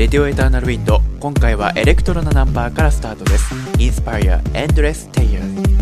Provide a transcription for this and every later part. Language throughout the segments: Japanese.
レディオエターナルウィンド、今回はエレクトロなナンバーからスタートです。インスパイアエンドレステイヤー。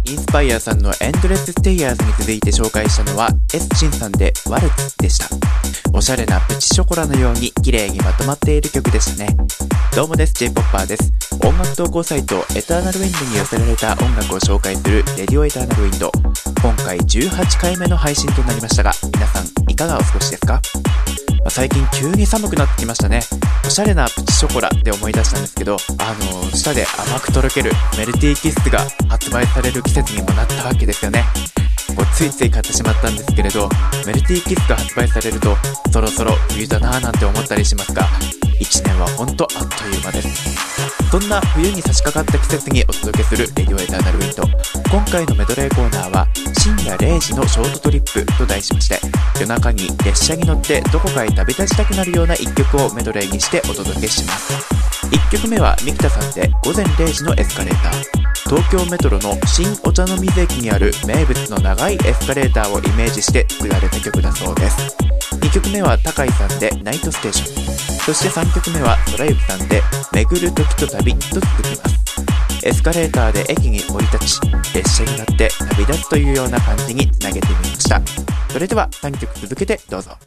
インスパイアさんのエンドレスステイヤーズに続いて紹介したのは S シンさんでワルツでした。おしゃれなプチショコラのように綺麗にまとまっている曲でしたね。どうもです、J-POPPER です。音楽投稿サイトエターナルウィンドに寄せられた音楽を紹介するレディオエターナルウィンド。今回18回目の配信となりましたが、皆さんいかがお過ごしですか？最近急に寒くなってきましたね。おしゃれなプチショコラで思い出したんですけど、舌で甘くとろけるメルティーキッスが発売される季節にもなったわけですよね。ついつい買ってしまったんですけれど、メルティーキッスが発売されるとそろそろ冬だなぁなんて思ったりしますが、1年はほんとあっという間です。そんな冬に差し掛かった季節にお届けするレディオエターナルウィンド。今回のメドレーコーナーは深夜0時のショートトリップと題しまして、夜中に列車に乗ってどこかへ旅立ちたくなるような1曲をメドレーにしてお届けします。1曲目はミキタさんで午前0時のエスカレーター。東京メトロの新お茶の水駅にある名物の長いエスカレーターをイメージして作られた曲だそうです。2曲目は高井さんでナイトステーション。そして3曲目はソラユキさんで巡る時と旅と続きます。エスカレーターで駅に降り立ち、列車に乗って旅立つというような感じにつなげてみました。それでは3曲続けてどうぞ。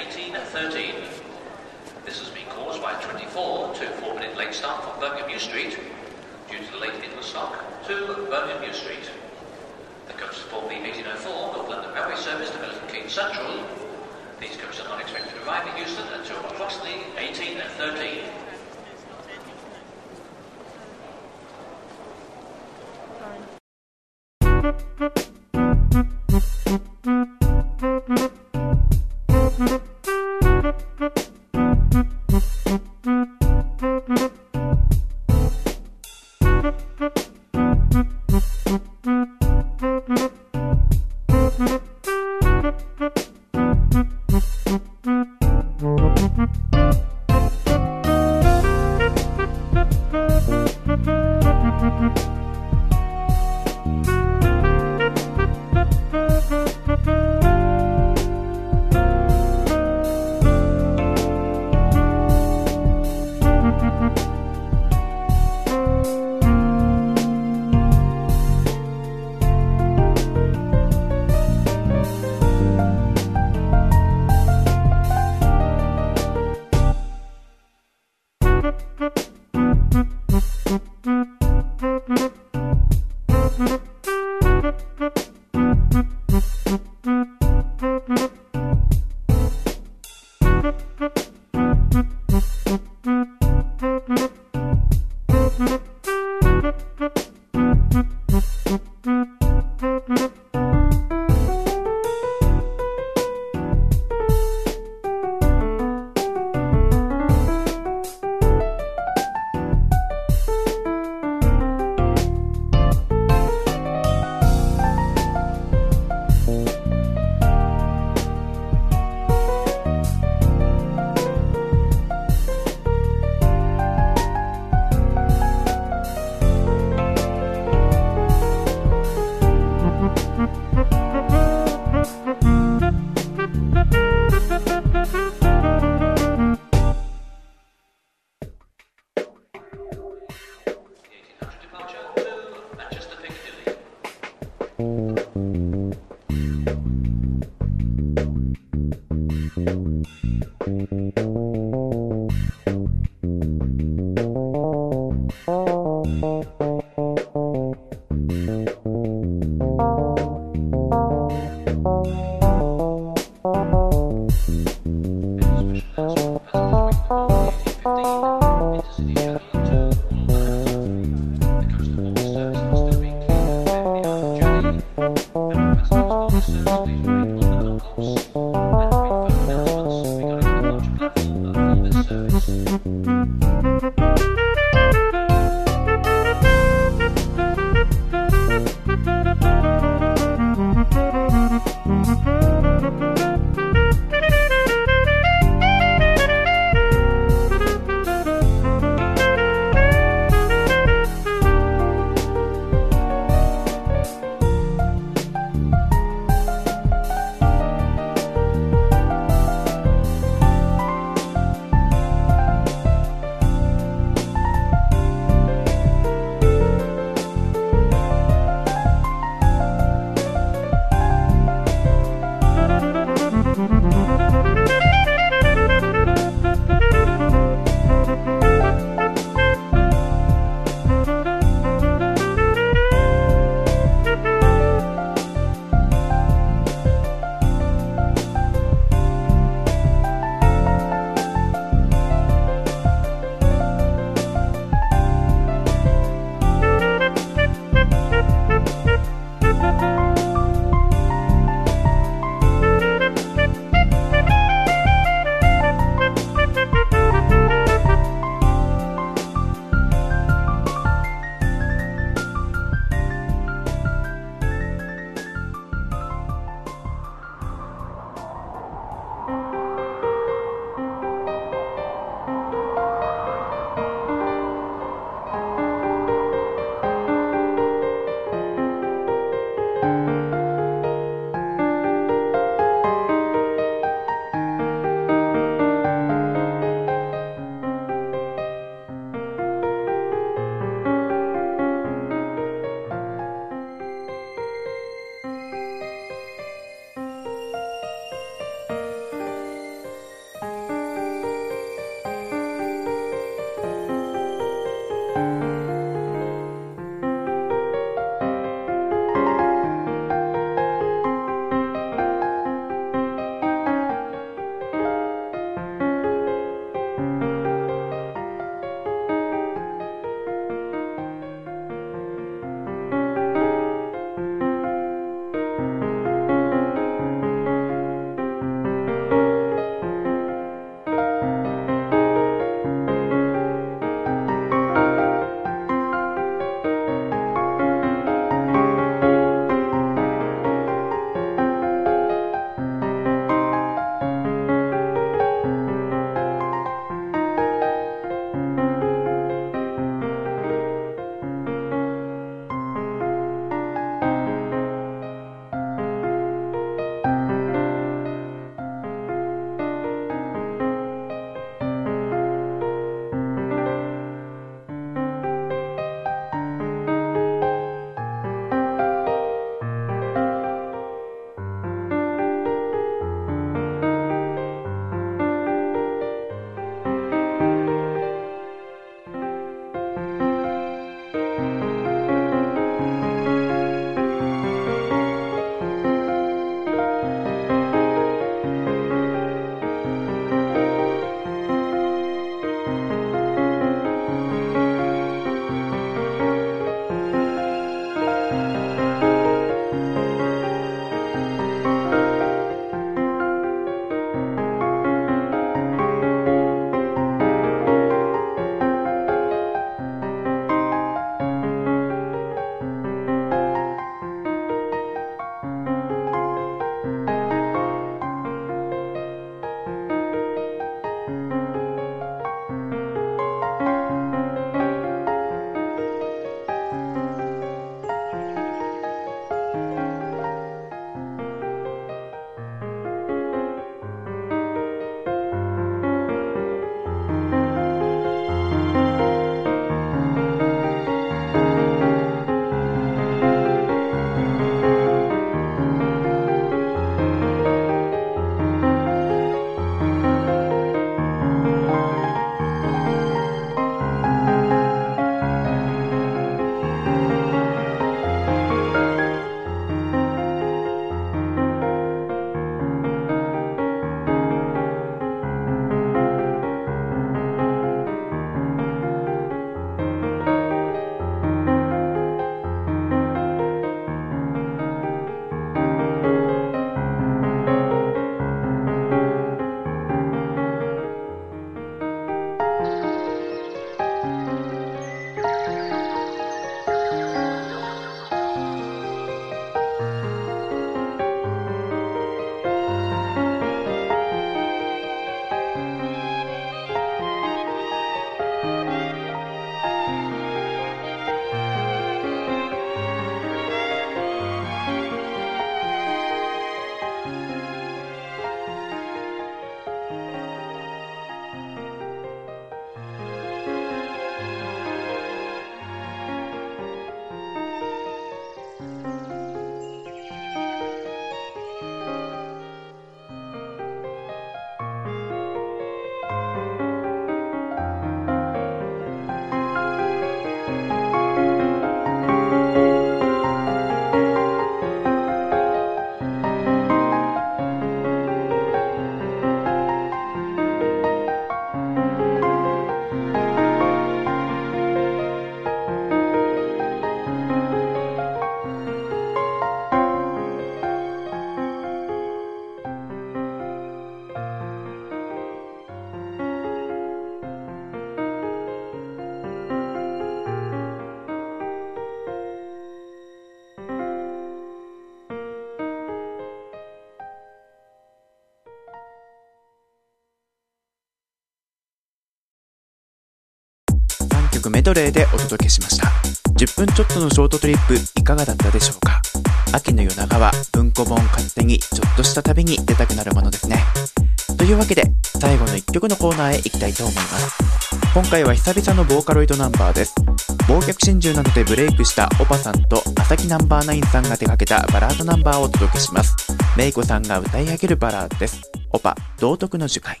曲メドレーでお届けしました。10分ちょっとのショートトリップいかがだったでしょうか。秋の夜長は文庫本片手にちょっとした旅に出たくなるものですね。というわけで最後の1曲のコーナーへ行きたいと思います。今回は久々のボーカロイドナンバーです。忘却心中などでブレイクしたオパさんと朝木ナンバー9さんが手掛けたバラードナンバーをお届けします。メイコさんが歌い上げるバラードです。オパ道徳の樹海。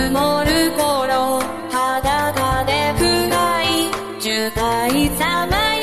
裸で深い樹海さまよ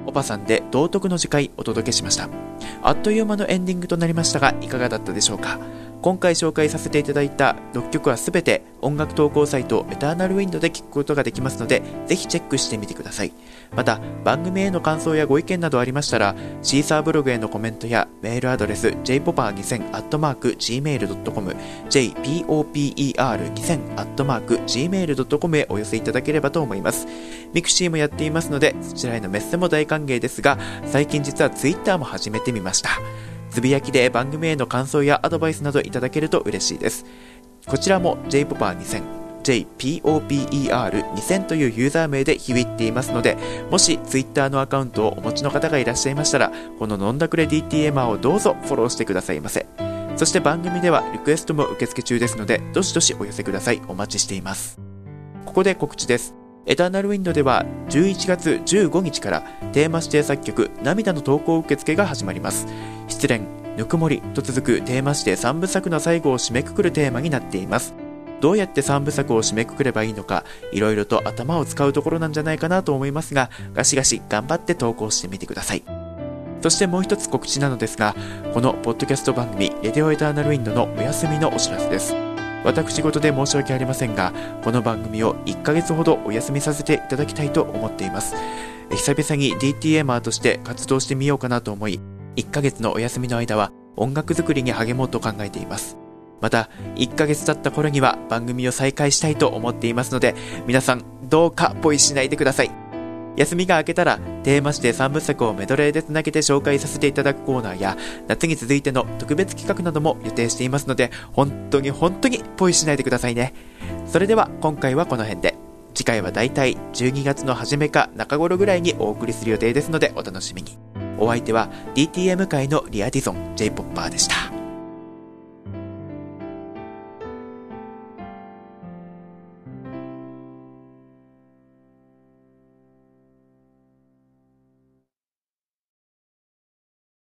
オパさんで道徳の次回お届けしました。あっという間のエンディングとなりましたが、いかがだったでしょうか。今回紹介させていただいた6曲はすべて音楽投稿サイトエターナルウィンドで聴くことができますので、ぜひチェックしてみてください。また番組への感想やご意見などありましたら、シーサーブログへのコメントやメールアドレス jpopper2000@gmail.com jpopper2000@gmail.com へお寄せいただければと思います。ミクシーもやっていますので、そちらへのメッセも大歓迎ですが、最近実はツイッターも始めてみました。つぶやきで番組への感想やアドバイスなどいただけると嬉しいです。こちらも jpopper2000 jpopper2000 というユーザー名で響いていますので、もしツイッターのアカウントをお持ちの方がいらっしゃいましたら、この飲んだくれ DTMer をどうぞフォローしてくださいませ。そして番組ではリクエストも受付中ですので、どしどしお寄せください。お待ちしています。ここで告知です。エターナルウィンドでは11月15日からテーマ指定作曲涙の投稿受付が始まります。失恋、ぬくもりと続くテーマ指定3部作の最後を締めくくるテーマになっています。どうやって3部作を締めくくればいいのか、いろいろと頭を使うところなんじゃないかなと思いますが、ガシガシ頑張って投稿してみてください。そしてもう一つ告知なのですが、このポッドキャスト番組レディオエターナルウィンドのお休みのお知らせです。私事で申し訳ありませんが、この番組を1ヶ月ほどお休みさせていただきたいと思っています。久々に DTMer として活動してみようかなと思い、1ヶ月のお休みの間は音楽作りに励もうと考えています。また1ヶ月経った頃には番組を再開したいと思っていますので、皆さんどうかポイしないでください。休みが明けたらテーマ指定3部作をメドレーでつなげて紹介させていただくコーナーや、夏に続いての特別企画なども予定していますので、本当にポイしないでくださいね。それでは今回はこの辺で、次回はだいたい12月の初めか中頃ぐらいにお送りする予定ですのでお楽しみに。お相手は DTM 界のリアディゾン J-POPPER でした。